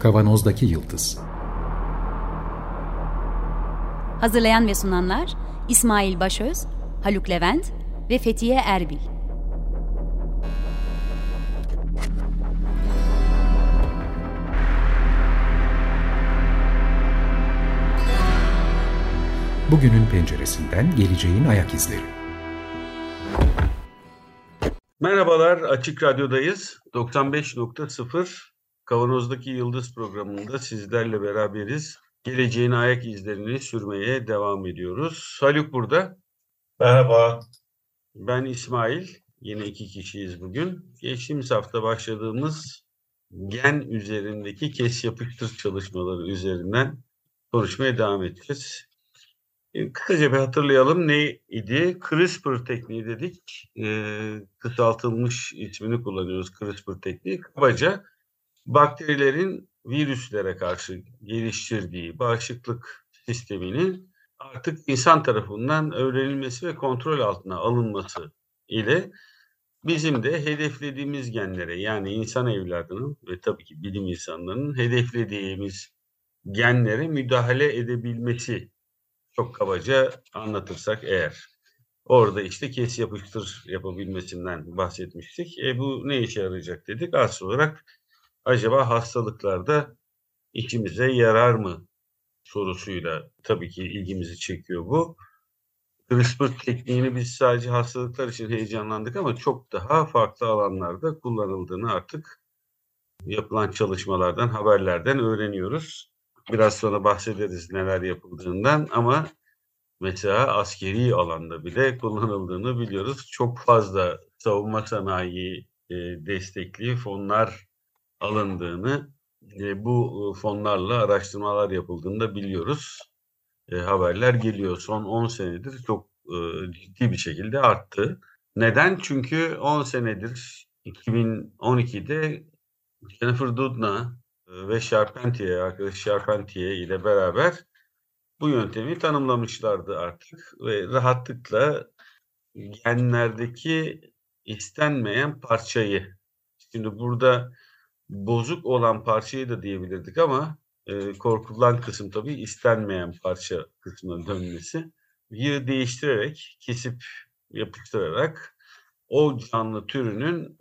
Kavanozdaki Yıldız. Hazırlayan ve sunanlar İsmail Başöz, Haluk Levent ve Fethiye Erbil. Bugünün penceresinden geleceğin ayak izleri. Merhabalar, Açık Radyo'dayız. 95.0 Kavanozdaki Yıldız programında sizlerle beraberiz. Geleceğin ayak izlerini sürmeye devam ediyoruz. Haluk burada. Merhaba. Ben İsmail. Yine iki kişiyiz bugün. Geçtiğimiz hafta başladığımız gen üzerindeki kes yapıştır çalışmaları üzerinden konuşmaya devam edeceğiz. Kısaca bir hatırlayalım, neydi? CRISPR tekniği dedik. Kısaltılmış ismini kullanıyoruz, CRISPR tekniği. Kabaca bakterilerin virüslere karşı geliştirdiği bağışıklık sisteminin artık insan tarafından öğrenilmesi ve kontrol altına alınması ile bizim de hedeflediğimiz genlere, yani insan evladının ve tabii ki bilim insanlarının hedeflediğimiz genlere müdahale edebilmesi, çok kabaca anlatırsak eğer. Orada işte kes yapıştır yapabilmesinden bahsetmiştik. Bu ne işe yarayacak dedik. Asıl olarak acaba hastalıklarda işimize yarar mı sorusuyla tabii ki ilgimizi çekiyor bu. CRISPR tekniğini biz sadece hastalıklar için heyecanlandık ama çok daha farklı alanlarda kullanıldığını artık yapılan çalışmalardan, haberlerden öğreniyoruz. Biraz sonra bahsederiz neler yapıldığından ama mesela askeri alanda bile kullanıldığını biliyoruz. Çok fazla savunma sanayi destekli fonlar alındığını, bu fonlarla araştırmalar yapıldığını da biliyoruz. Haberler geliyor. Son 10 senedir çok ciddi bir şekilde arttı. Neden? Çünkü 10 senedir 2012'de Jennifer Doudna ve arkadaş Charpentier ile beraber bu yöntemi tanımlamışlardı artık ve rahatlıkla genlerdeki istenmeyen parçayı, şimdi burada bozuk olan parçayı da diyebilirdik ama korkulan kısım tabii istenmeyen parça kısmına dönmesi, yeri değiştirerek, kesip yapıştırarak o canlı türünün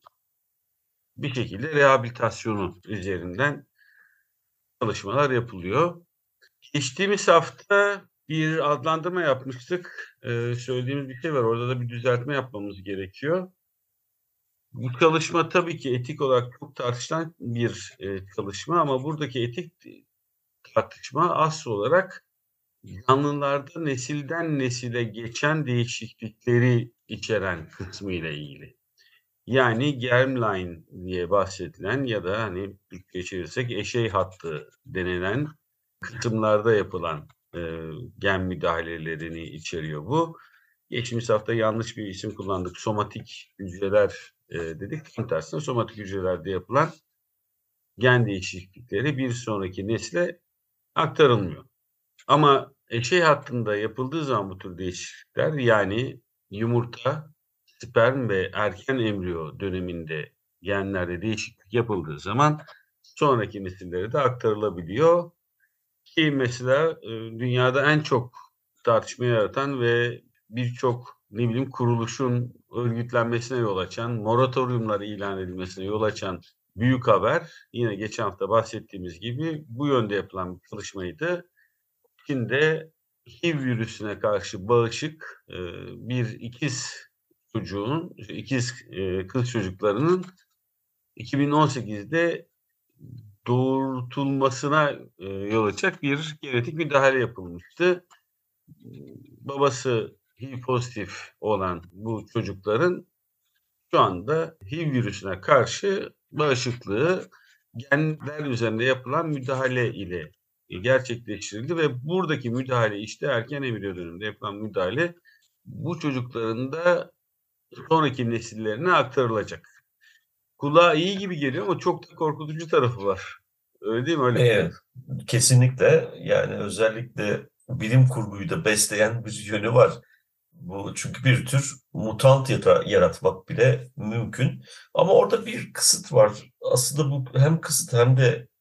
bir şekilde rehabilitasyonu üzerinden çalışmalar yapılıyor. Geçtiğimiz hafta bir adlandırma yapmıştık. Söylediğimiz bir şey var. Orada da bir düzeltme yapmamız gerekiyor. Bu çalışma tabii ki etik olarak çok tartışılan bir çalışma ama buradaki etik tartışma asıl olarak canlılarda nesilden nesile geçen değişiklikleri içeren kısmı ile ilgili. Yani germline diye bahsedilen ya da hani Türkçe'ye çevirirsek eşey hattı denilen kısımlarda yapılan gen müdahalelerini içeriyor bu. Geçtiğimiz hafta yanlış bir isim kullandık. Somatik hücreler dedik. Tam tersine somatik hücrelerde yapılan gen değişiklikleri bir sonraki nesle aktarılmıyor. Ama eşey hattında yapıldığı zaman bu tür değişiklikler, yani yumurta, sperm ve erken embriyo döneminde genlerde değişiklik yapıldığı zaman sonraki nesillere de aktarılabiliyor. Ki mesela dünyada en çok tartışma yaratan ve birçok kuruluşun örgütlenmesine yol açan, moratoryumlar ilan edilmesine yol açan büyük haber, yine geçen hafta bahsettiğimiz gibi bu yönde yapılan bir çalışmaydı. Çin'de HIV virüsüne karşı bağışık bir ikiz kız çocuklarının 2018'de doğurtulmasına yol açacak bir genetik müdahale yapılmıştı. Babası HIV pozitif olan bu çocukların şu anda HIV virüsüne karşı bağışıklığı genler üzerinde yapılan müdahale ile gerçekleştirildi ve buradaki müdahale, işte erken embriyo döneminde yapılan müdahale, bu çocukların da sonraki nesillerine aktarılacak. Kulağa iyi gibi geliyor ama çok da korkutucu tarafı var. Öyle değil mi? Öyle. Evet, kesinlikle. Yani özellikle bilim kurguyu da besleyen bir yönü var. Bu çünkü bir tür mutant yaratmak bile mümkün. Ama orada bir kısıt var. Aslında bu hem kısıt hem de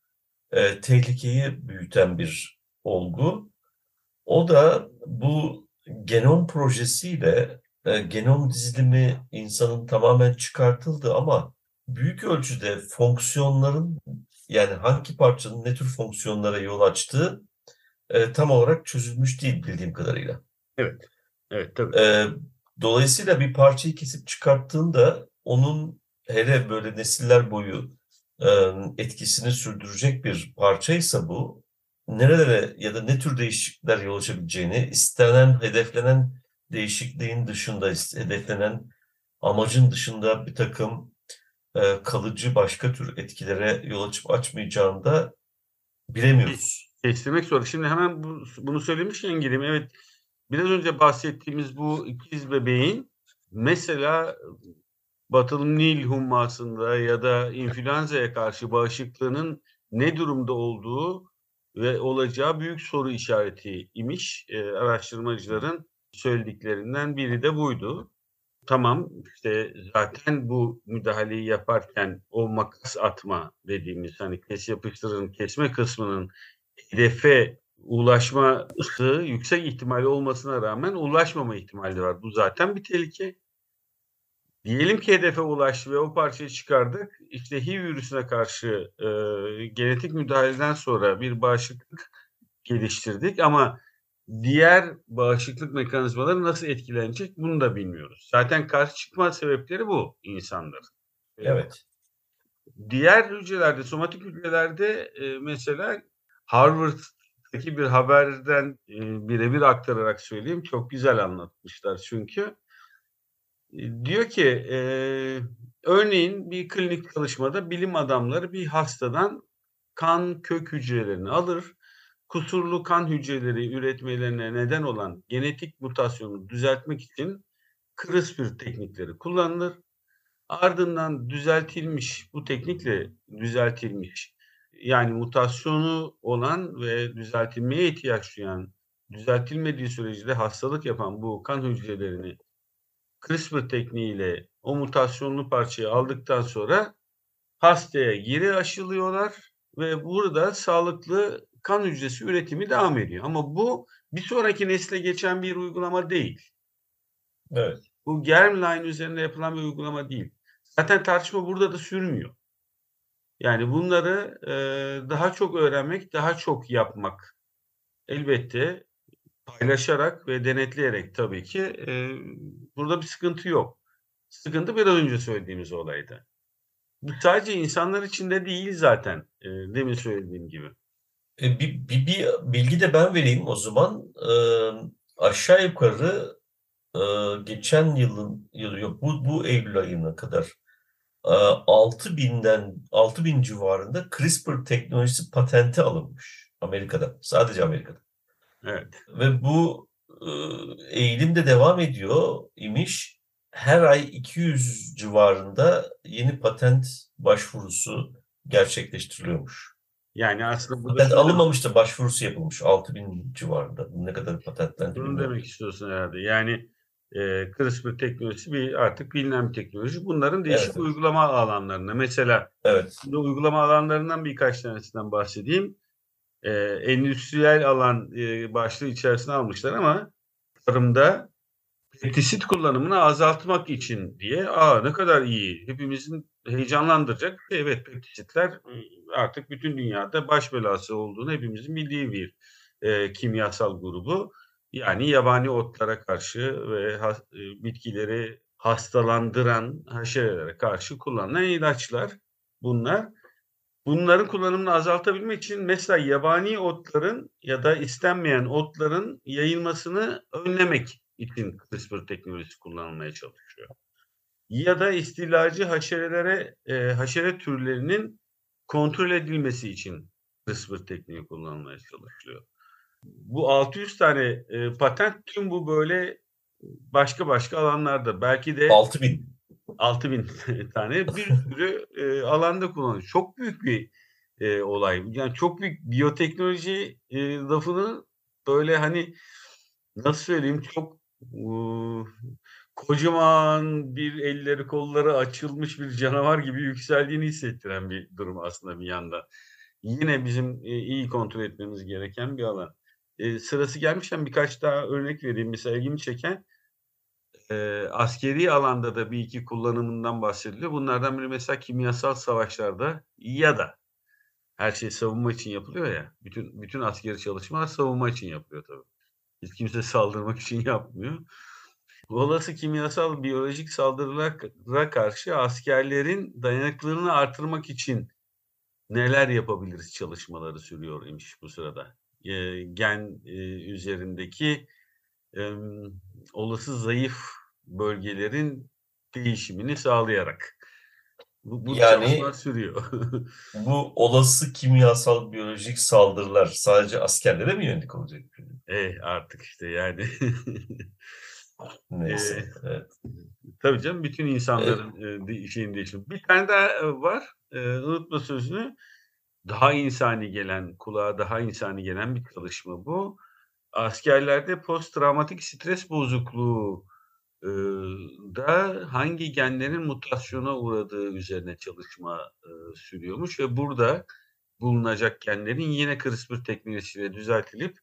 tehlikeyi büyüten bir olgu. O da bu genom projesiyle genom dizilimi insanın tamamen çıkartıldı ama büyük ölçüde fonksiyonların, yani hangi parçanın ne tür fonksiyonlara yol açtığı tam olarak çözülmüş değil bildiğim kadarıyla. Evet. Evet, tabii. Dolayısıyla bir parçayı kesip çıkarttığında onun hele böyle nesiller boyu etkisini sürdürecek bir parçaysa bu, nerelere ya da ne tür değişiklikler yol açabileceğini, istenen, hedeflenen değişikliğin dışında, hedeflenen amacın dışında bir takım kalıcı başka tür etkilere yol açıp açmayacağını da bilemiyoruz. Kestirmek zor. Şimdi hemen bunu söylemişken gireyim. Evet, biraz önce bahsettiğimiz bu ikiz bebeğin mesela Batılı Nil hummasında ya da influenza'ya karşı bağışıklığının ne durumda olduğu ve olacağı büyük soru işareti imiş. Araştırmacıların söylediklerinden biri de buydu. Tamam, işte zaten bu müdahaleyi yaparken o makas atma dediğimiz hani kes yapıştırın kesme kısmının hedefe ulaşması yüksek ihtimali olmasına rağmen ulaşmama ihtimali var. Bu zaten bir tehlike. Diyelim ki hedefe ulaştı ve o parçayı çıkardık. İşte HIV virüsüne karşı genetik müdahaleden sonra bir bağışıklık geliştirdik ama diğer bağışıklık mekanizmaları nasıl etkilenecek bunu da bilmiyoruz. Zaten karşı çıkma sebepleri bu insanların. Evet. Diğer hücrelerde, somatik hücrelerde mesela Harvard'daki bir haberden birebir aktararak söyleyeyim. Çok güzel anlatmışlar çünkü. Diyor ki örneğin bir klinik çalışmada bilim adamları bir hastadan kan kök hücrelerini alır. Kusurlu kan hücreleri üretmelerine neden olan genetik mutasyonu düzeltmek için CRISPR teknikleri kullanılır. Ardından bu teknikle düzeltilmiş yani mutasyonu olan ve düzeltilmeye ihtiyaç duyan, düzeltilmediği sürece de hastalık yapan bu kan hücrelerini CRISPR tekniğiyle o mutasyonlu parçayı aldıktan sonra hastaya geri aşılıyorlar ve burada sağlıklı kan hücresi üretimi devam ediyor. Ama bu bir sonraki nesle geçen bir uygulama değil. Evet. Bu germline üzerinde yapılan bir uygulama değil. Zaten tartışma burada da sürmüyor. Yani bunları daha çok öğrenmek, daha çok yapmak elbette paylaşarak ve denetleyerek tabii ki burada bir sıkıntı yok. Sıkıntı biraz önce söylediğimiz olaydı. Bu sadece insanlar için de değil zaten demin söylediğim gibi. Bir bilgi de ben vereyim o zaman. Aşağı yukarı geçen yok bu Eylül ayına kadar 6.000 civarında CRISPR teknolojisi patenti alınmış Amerika'da. Sadece Amerika'da. Evet. Ve bu eğilim de devam ediyor imiş. Her ay 200 civarında yeni patent başvurusu gerçekleştiriliyormuş. Yani aslında burada Patent alınmamış da başvurusu yapılmış 6.000 civarında. Ne kadar patentlendi şunu bilmiyorum. demek istiyorsun herhalde. Yani CRISPR teknolojisi artık bilinen bir teknoloji. Bunların değişik Evet. uygulama alanlarında. Mesela Evet. uygulama alanlarından birkaç tanesinden bahsedeyim. Endüstriyel alan başlığı içerisine almışlar ama tarımda pestisit kullanımını azaltmak için diye ne kadar iyi. Hepimizin heyecanlandıracak. Evet, pestisitler artık bütün dünyada baş belası olduğunu hepimizin bildiği bir kimyasal grubu. Yani yabani otlara karşı ve bitkileri hastalandıran haşerelere karşı kullanılan ilaçlar bunlar. Bunların kullanımını azaltabilmek için mesela yabani otların ya da istenmeyen otların yayılmasını önlemek için CRISPR teknolojisi kullanılmaya çalışıyor. Ya da istilacı haşere türlerinin kontrol edilmesi için CRISPR tekniği kullanılmaya çalışılıyor. Bu 600 tane patent tüm bu böyle başka alanlarda belki de 6.000 tane bir sürü alanda kullanılıyor. Çok büyük bir olay. Yani çok büyük biyoteknoloji lafını böyle hani nasıl söyleyeyim çok kocaman bir elleri kolları açılmış bir canavar gibi yükseldiğini hissettiren bir durum aslında bir yandan. yine bizim iyi kontrol etmemiz gereken bir alan. Sırası gelmişken birkaç daha örnek vereyim. Mesela ilgimi çeken askeri alanda da bir iki kullanımından bahsediliyor. Bunlardan biri mesela kimyasal savaşlarda ya da her şey savunma için yapılıyor ya. Bütün askeri çalışmalar savunma için yapılıyor tabii. Hiç kimse saldırmak için yapmıyor. Olası kimyasal, biyolojik saldırılara karşı askerlerin dayanıklılığını artırmak için neler yapabiliriz çalışmaları sürüyor imiş bu sırada. Gen üzerindeki olası zayıf bölgelerin değişimini sağlayarak. Bu çalışmalar Yani sürüyor. bu olası kimyasal biyolojik saldırılar sadece askerlere mi yönelik olacak? Artık işte yani. Neyse. Eee, Evet. tabii canım bütün Evet. insanların şeyin değişimi. Bir tane daha var. Unutma sözünü. Daha insani gelen, kulağa daha insani gelen bir çalışma bu. Askerlerde posttraumatik stres bozukluğu da hangi genlerin mutasyona uğradığı üzerine çalışma sürüyormuş ve burada bulunacak genlerin yine CRISPR teknolojisiyle düzeltilip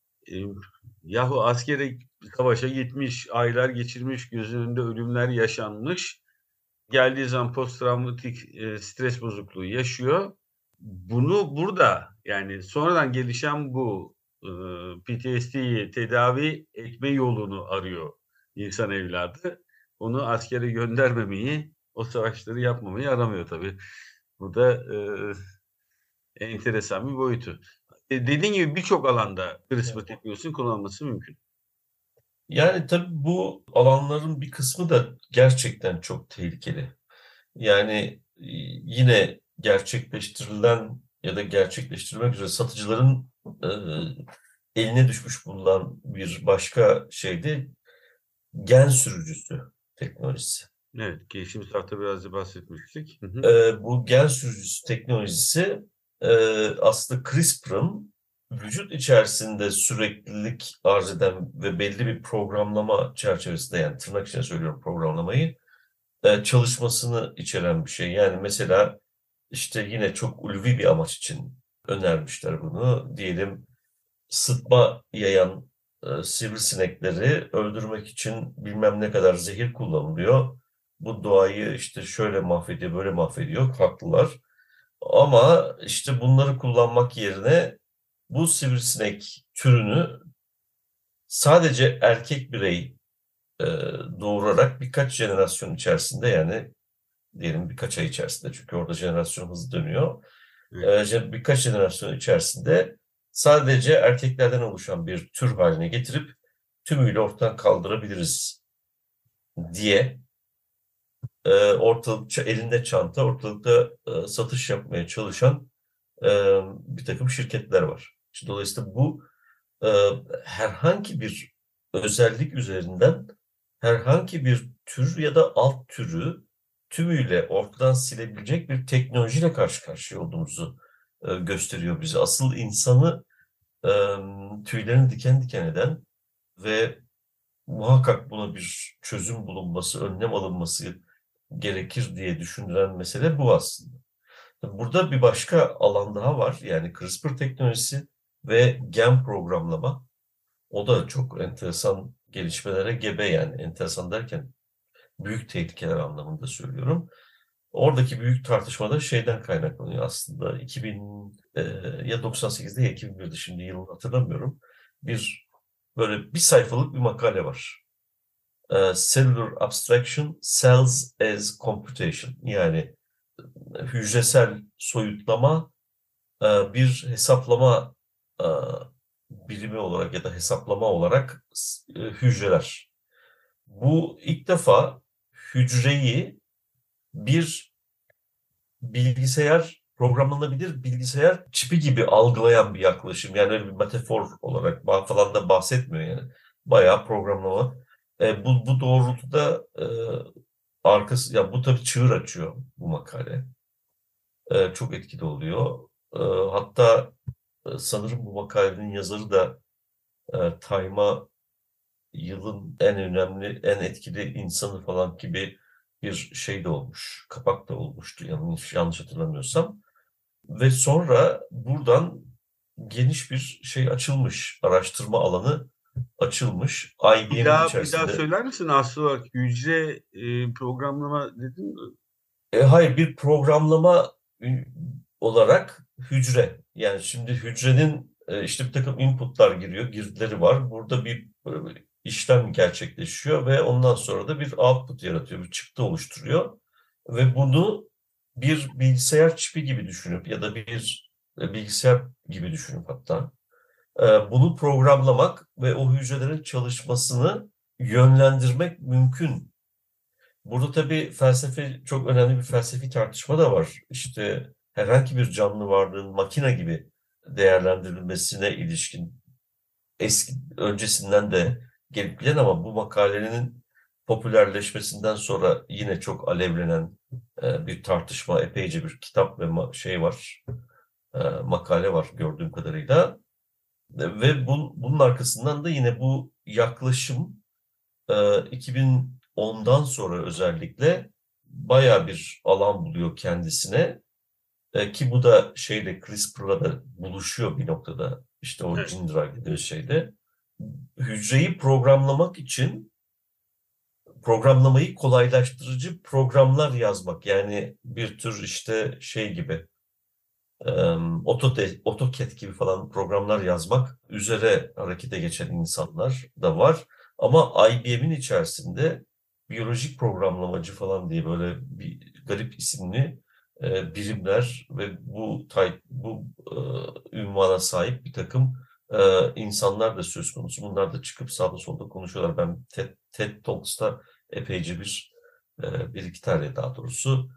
yahu askere savaşa gitmiş, aylar geçirmiş, gözünün önünde ölümler yaşanmış. Geldiği zaman posttraumatik stres bozukluğu yaşıyor. Bunu burada yani sonradan gelişen bu PTSD'yi tedavi etme yolunu arıyor insan evladı. Onu askere göndermemeyi, o savaşları yapmamayı aramıyor tabii. Bu da enteresan bir boyutu. Dediğin gibi birçok alanda CRISPR teknolojisinin kullanılması mümkün. Yani tabii bu alanların bir kısmı da gerçekten çok tehlikeli. Yani yine gerçekleştirilen ya da gerçekleştirmek üzere satıcıların eline düşmüş bulunan bir başka şey de gen sürücüsü teknolojisi. Evet, geçtiğimiz hafta biraz da bahsetmiştik. Hı hı. Bu gen sürücüsü teknolojisi aslında CRISPR'ın vücut içerisinde süreklilik arz eden ve belli bir programlama çerçevesinde, yani tırnak içinde söylüyorum programlamayı, çalışmasını içeren bir şey. Yani mesela işte yine çok ulvi bir amaç için önermişler bunu. Diyelim sıtma yayan sivrisinekleri öldürmek için bilmem ne kadar zehir kullanılıyor. Bu doğayı işte şöyle mahvediyor, böyle mahvediyor. Haklılar. Ama işte bunları kullanmak yerine bu sivrisinek türünü sadece erkek birey e, doğurarak birkaç jenerasyon içerisinde, yani diyelim birkaç ay içerisinde, çünkü orada jenerasyon hızlı dönüyor. Evet. Birkaç jenerasyon içerisinde sadece erkeklerden oluşan bir tür haline getirip tümüyle ortadan kaldırabiliriz diye elinde çanta, ortalıkta satış yapmaya çalışan bir takım şirketler var. İşte dolayısıyla bu e, herhangi bir özellik üzerinden herhangi bir tür ya da alt türü tümüyle ortadan silebilecek bir teknolojiyle karşı karşıya olduğumuzu gösteriyor bize. Asıl insanı e, tüylerini diken diken eden ve muhakkak buna bir çözüm bulunması, önlem alınması gerekir diye düşünülen mesele bu aslında. Burada bir başka alan daha var. Yani CRISPR teknolojisi ve gen programlama. O da çok enteresan gelişmelere gebe, yani enteresan derken büyük tehlikeler anlamında söylüyorum. Oradaki büyük tartışmada şeyden kaynaklanıyor aslında. 2000 ya 98'de ya 2001'de, şimdi yılını hatırlamıyorum. Böyle bir sayfalık bir makale var. Cellular Abstraction, Cells as Computation. Yani hücresel soyutlama bir hesaplama e, birimi olarak ya da hesaplama olarak hücreler. Bu ilk defa hücreyi bir bilgisayar, programlanabilir bilgisayar çipi gibi algılayan bir yaklaşım. Yani öyle bir metafor olarak falan da bahsetmiyor yani. Bayağı programlama. Bu doğrultuda arkası, ya bu tabii çığır açıyor bu makale. Çok etkili oluyor. Hatta sanırım bu makalenin yazarı da Time'a yılın en önemli, en etkili insanı falan gibi bir şey de olmuş. Kapak da olmuştu yanlış hatırlamıyorsam. Ve sonra buradan geniş bir şey açılmış, araştırma alanı açılmış. Bir IBM'in daha içerisinde. söyler misin asıl olarak hücre programlama dedin mi? Hayır, bir programlama olarak hücre. Yani şimdi hücrenin işte bir takım inputlar giriyor, girdileri var. Burada bir işlem gerçekleşiyor ve ondan sonra da bir output yaratıyor, bir çıktı oluşturuyor. Ve bunu bir bilgisayar çipi gibi düşünüp ya da bir bilgisayar gibi düşünüp hatta bunu programlamak ve o hücrelerin çalışmasını yönlendirmek mümkün. Burada tabii felsefe, çok önemli bir felsefi tartışma da var. İşte herhangi bir canlı varlığın makine gibi değerlendirilmesine ilişkin öncesinden de gelip gelen ama bu makalenin popülerleşmesinden sonra yine çok alevlenen bir tartışma, epeyce bir kitap ve makale var gördüğüm kadarıyla. Ve bunun arkasından da yine bu yaklaşım 2010'dan sonra özellikle bayağı bir alan buluyor kendisine. Ki bu da CRISPR'la da buluşuyor bir noktada. İşte o Evet. gene drive dediğimiz şeyde. Hücreyi programlamak için programlamayı kolaylaştırıcı programlar yazmak. Yani bir tür işte gibi AutoCAD gibi falan programlar yazmak üzere harekete geçen insanlar da var. Ama IBM'in içerisinde biyolojik programlamacı falan diye böyle bir garip isimli birimler ve bu ünvana sahip bir takım insanlar da söz konusu. Bunlar da çıkıp sağda solda konuşuyorlar. Ben TED Talks'ta epeyce bir iki tane daha doğrusu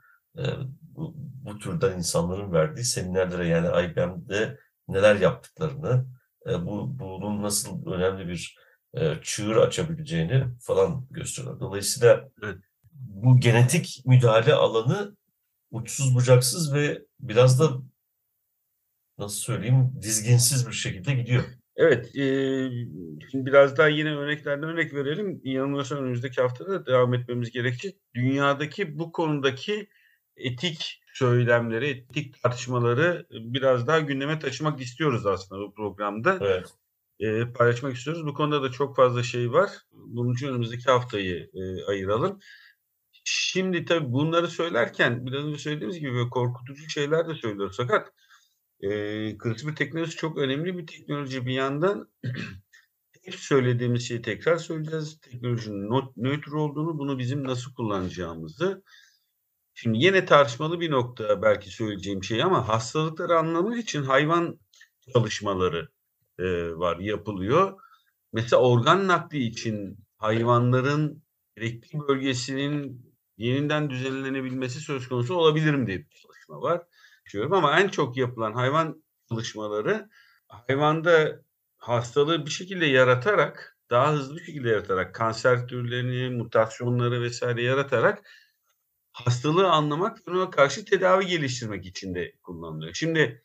bu türden insanların verdiği seminerlere, yani IBM'de neler yaptıklarını, bunun nasıl önemli bir çığır açabileceğini falan gösteriyorlar. Dolayısıyla Evet. bu genetik müdahale alanı uçsuz bucaksız ve biraz da nasıl söyleyeyim dizginsiz bir şekilde gidiyor. Evet, şimdi biraz daha yine örneklerden örnek verelim. Yanılmıyorsam önümüzdeki haftada da devam etmemiz gerekecek. Dünyadaki bu konudaki etik söylemleri, etik tartışmaları biraz daha gündeme taşımak istiyoruz aslında bu programda. Evet. Paylaşmak istiyoruz. Bu konuda da çok fazla şey var. Bunun için önümüzdeki haftayı ayıralım. Şimdi tabii bunları söylerken biraz önce söylediğimiz gibi böyle korkutucu şeyler de söylüyoruz. Fakat CRISPR teknolojisi çok önemli bir teknoloji. Bir yandan hep söylediğimiz şeyi tekrar söyleyeceğiz. Teknolojinin nötr olduğunu, bunu bizim nasıl kullanacağımızı. Şimdi yine tartışmalı bir nokta belki söyleyeceğim şey ama hastalıkları anlamak için hayvan çalışmaları var, yapılıyor. Mesela organ nakli için hayvanların gerekli bölgesinin yeniden düzenlenebilmesi söz konusu olabilir mi diye bir çalışma var. Diyorum ama en çok yapılan hayvan çalışmaları hayvanda hastalığı bir şekilde yaratarak, daha hızlı bir şekilde yaratarak, kanser türlerini, mutasyonları vesaire yaratarak hastalığı anlamak ve ona karşı tedavi geliştirmek için de kullanılıyor. Şimdi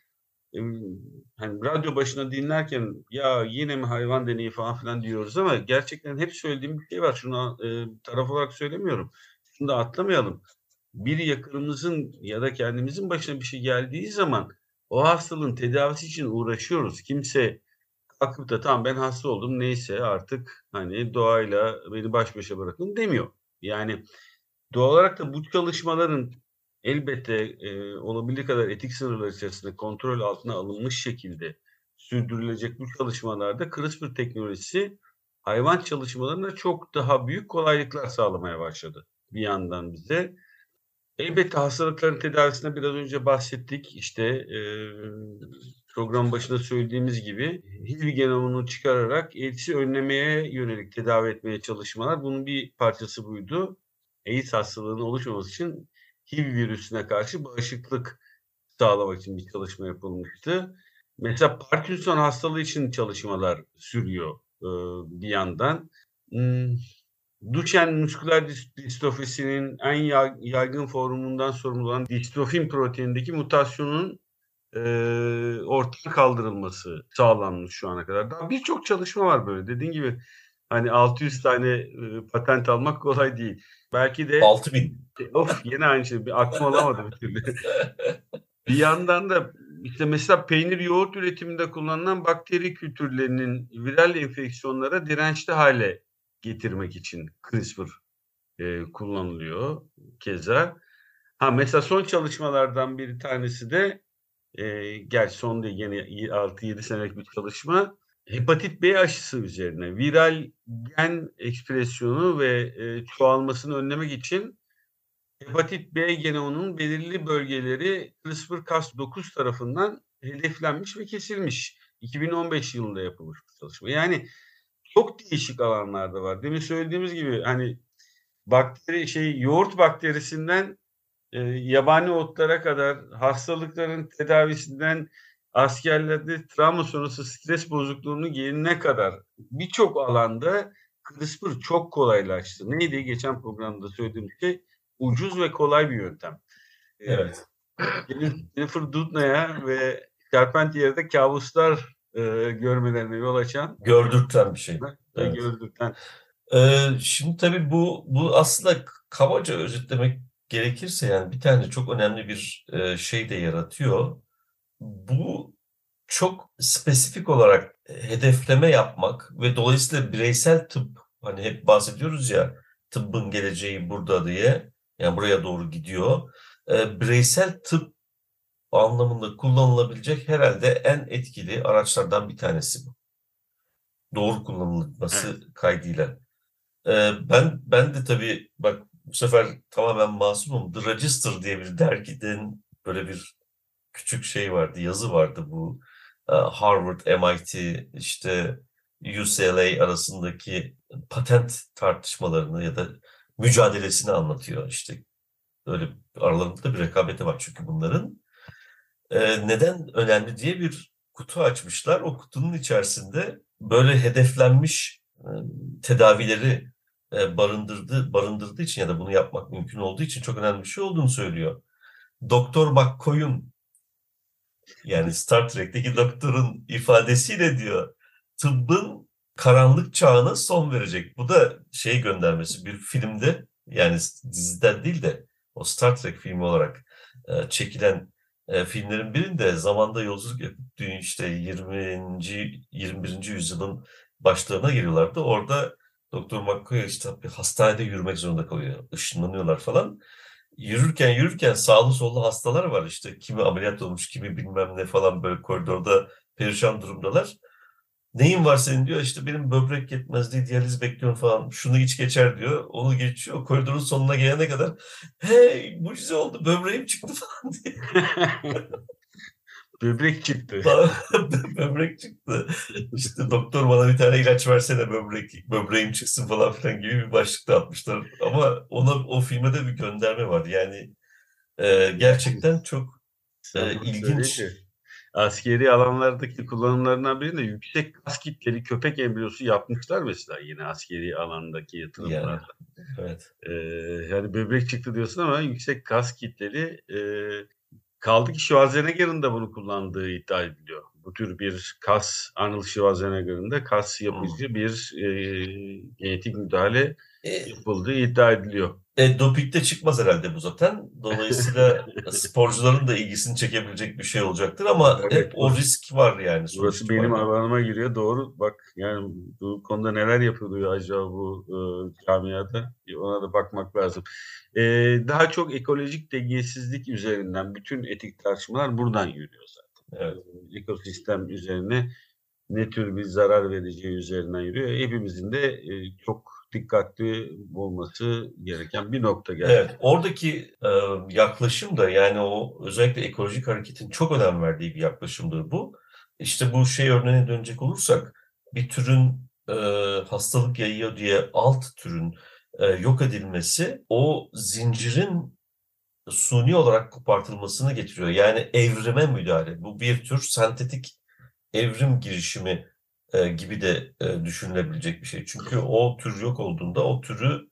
hani radyo başına dinlerken ya yine mi hayvan deneyi falan filan diyoruz ama gerçekten hep söylediğim bir şey var. Şunu taraf olarak söylemiyorum. Şunu da atlamayalım. Bir yakınımızın ya da kendimizin başına bir şey geldiği zaman o hastalığın tedavisi için uğraşıyoruz. Kimse kalkıp da tamam ben hasta oldum neyse artık hani doğayla beni baş başa bırakın demiyor. Yani doğal olarak da bu çalışmaların elbette olabildiği kadar etik sınırlar içerisinde kontrol altına alınmış şekilde sürdürülecek bu çalışmalarda CRISPR teknolojisi hayvan çalışmalarına çok daha büyük kolaylıklar sağlamaya başladı bir yandan bize. Elbette hastalıkların tedavisine biraz önce bahsettik. İşte program başında söylediğimiz gibi HIV genomunu çıkararak AIDS'i önlemeye yönelik tedavi etmeye çalışmalar bunun bir parçası buydu. AIDS hastalığının oluşmaması için HIV virüsüne karşı bağışıklık sağlamak için bir çalışma yapılmıştı. Mesela Parkinson hastalığı için çalışmalar sürüyor bir yandan. Duchenne musküler distrofisinin en yaygın formundan sorumlu olan distrofin proteinindeki mutasyonun ortadan kaldırılması sağlanmış şu ana kadar. Daha birçok çalışma var böyle. Dediğin gibi hani 600 tane patent almak kolay değil. Belki de 6000. yine aynı şey. Bir aklım alamadı bir türlü. Bir yandan da işte mesela peynir, yoğurt üretiminde kullanılan bakteri kültürlerinin viral enfeksiyonlara dirençli hale getirmek için CRISPR kullanılıyor keza. Mesela son çalışmalardan bir tanesi de gerçi son değil, yine 6-7 senelik bir çalışma, hepatit B aşısı üzerine viral gen ekspresyonu ve çoğalmasını önlemek için hepatit B genomunun belirli bölgeleri CRISPR-Cas9 tarafından hedeflenmiş ve kesilmiş. 2015 yılında yapılmış bir çalışma. Yani çok değişik alanlarda var. Demin söylediğimiz gibi hani yoğurt bakterisinden yabani otlara kadar, hastalıkların tedavisinden askerlerde travma sonrası stres bozukluğunun yerine kadar birçok alanda CRISPR çok kolaylaştı. Neydi? Geçen programda söylediğim şey, ucuz ve kolay bir yöntem. Evet. Jennifer Doudna'ya ve Carpentier'de kabuslar görmelerine yol açan, Gördürten bir şey. Evet. gördürten. Şimdi tabii bu aslında kabaca özetlemek gerekirse yani bir tane çok önemli bir şey de yaratıyor. Bu çok spesifik olarak hedefleme yapmak ve dolayısıyla bireysel tıp, hani hep bahsediyoruz ya, tıbbın geleceği burada diye, yani buraya doğru gidiyor. Bireysel tıp anlamında kullanılabilecek herhalde en etkili araçlardan bir tanesi bu. Doğru kullanılması kaydıyla. Ben de tabii bak bu sefer tamamen masumum. The Register diye bir dergiden böyle bir küçük şey vardı, yazı vardı bu Harvard, MIT, işte UCLA arasındaki patent tartışmalarını ya da mücadelesini anlatıyor. İşte öyle aralarında bir rekabeti var çünkü bunların. Neden önemli diye bir kutu açmışlar. O kutunun içerisinde böyle hedeflenmiş tedavileri barındırdığı için ya da bunu yapmak mümkün olduğu için çok önemli bir şey olduğunu söylüyor. Doktor McCoy'un, yani Star Trek'teki doktorun ifadesiyle diyor, tıbbın karanlık çağına son verecek. Bu da şey göndermesi, bir filmde, yani diziden değil de o Star Trek filmi olarak çekilen filmlerin birinde zamanda yolculuk yapıp işte 21. yüzyılın başlarına geliyorlardı. Orada Doktor McCoy işte bir hastanede yürümek zorunda kalıyor. Işınlanıyorlar falan. Yürürken sağlı sollu hastalar var, işte kimi ameliyat olmuş, kimi bilmem ne falan, böyle koridorda perişan durumdalar. Neyin var senin diyor, işte benim böbrek yetmezliği, diyaliz bekliyorum falan, şunu iç geçer diyor. Onu geçiyor, koridorun sonuna gelene kadar hey mucize oldu, böbreğim çıktı falan diye. Böbrek çıktı. Böbrek çıktı. İşte doktor bana bir tane ilaç versene böbreğim çıksın falan filan gibi bir başlık da atmışlar. Ama o filme de bir gönderme vardı. Yani gerçekten çok ilginç. Askeri alanlardaki kullanımlarından birinde yüksek kas kitleli köpek embriyosu yapmışlar mesela, yine askeri alandaki yatırımlarda. Yani, evet. Yani böbrek çıktı diyorsun ama yüksek kas kitleli, kaldı ki Schwarzenegger'ın da bunu kullandığı iddia ediliyor. Bu tür bir Arnold Schwarzenegger'ın da kas yapıcı bir genetik müdahale yapıldığı iddia ediliyor. Doping'de çıkmaz herhalde bu zaten. Dolayısıyla sporcuların da ilgisini çekebilecek bir şey olacaktır ama Evet, hep o risk var yani. Burası benim alanıma giriyor. Doğru. Bak yani bu konuda neler yapılıyor acaba bu camiada? Ona da bakmak lazım. Daha çok ekolojik dengesizlik üzerinden bütün etik tartışmalar buradan yürüyor zaten. Evet. Ekosistem üzerine ne tür bir zarar vereceği üzerinden yürüyor. Hepimizin de çok dikkatli olması gereken bir nokta geldi. Evet, oradaki yaklaşım da, yani o özellikle ekolojik hareketin çok önem verdiği bir yaklaşımdır bu. İşte bu şey örneğine dönecek olursak, bir türün hastalık yayıyor diye alt türün yok edilmesi o zincirin suni olarak kopartılmasını getiriyor. Yani evrime müdahale. Bu bir tür sentetik evrim girişimi gibi de düşünülebilecek bir şey. Çünkü o tür yok olduğunda o türü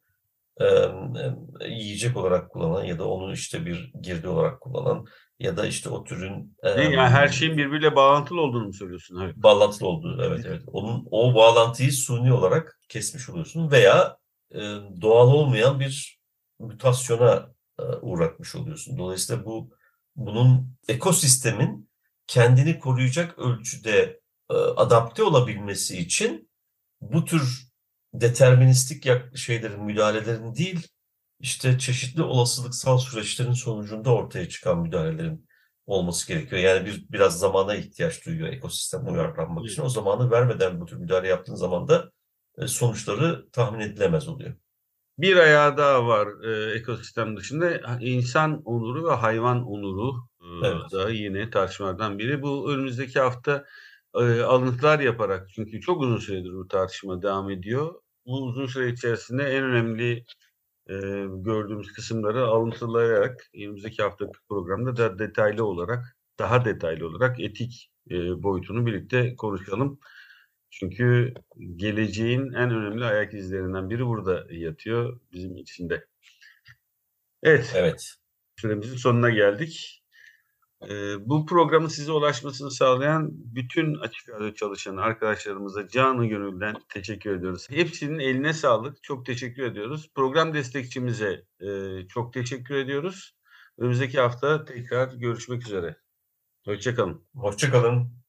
yiyecek olarak kullanan ya da onu işte bir girdi olarak kullanan ya da işte o türün Yani her şeyin birbiriyle bağlantılı olduğunu mu söylüyorsun? Evet. Bağlantılı olduğu, evet. O bağlantıyı suni olarak kesmiş oluyorsun veya doğal olmayan bir mutasyona uğratmış oluyorsun. Dolayısıyla bunun ekosistemin kendini koruyacak ölçüde adapte olabilmesi için bu tür deterministik müdahalelerin değil, işte çeşitli olasılıksal süreçlerin sonucunda ortaya çıkan müdahalelerin olması gerekiyor. Yani biraz zamana ihtiyaç duyuyor ekosistem uyarlanmak için. O zamanı vermeden bu tür müdahale yaptığın zaman da sonuçları tahmin edilemez oluyor. Bir ayağı daha var ekosistem dışında. İnsan onuru ve hayvan onuru da yine tartışmalardan biri. Bu önümüzdeki hafta alıntılar yaparak, çünkü çok uzun süredir bu tartışma devam ediyor. Bu uzun süre içerisinde en önemli gördüğümüz kısımları alıntılayarak önümüzdeki haftaki programda da daha detaylı olarak etik boyutunu birlikte konuşalım. Çünkü geleceğin en önemli ayak izlerinden biri burada yatıyor bizim içinde. Evet. Süremizin sonuna geldik. Bu programın size ulaşmasını sağlayan bütün Açık Radyo çalışan arkadaşlarımıza canı gönülden teşekkür ediyoruz. Hepsinin eline sağlık. Çok teşekkür ediyoruz. Program destekçimize çok teşekkür ediyoruz. Önümüzdeki hafta tekrar görüşmek üzere. Hoşça kalın. Hoşça kalın.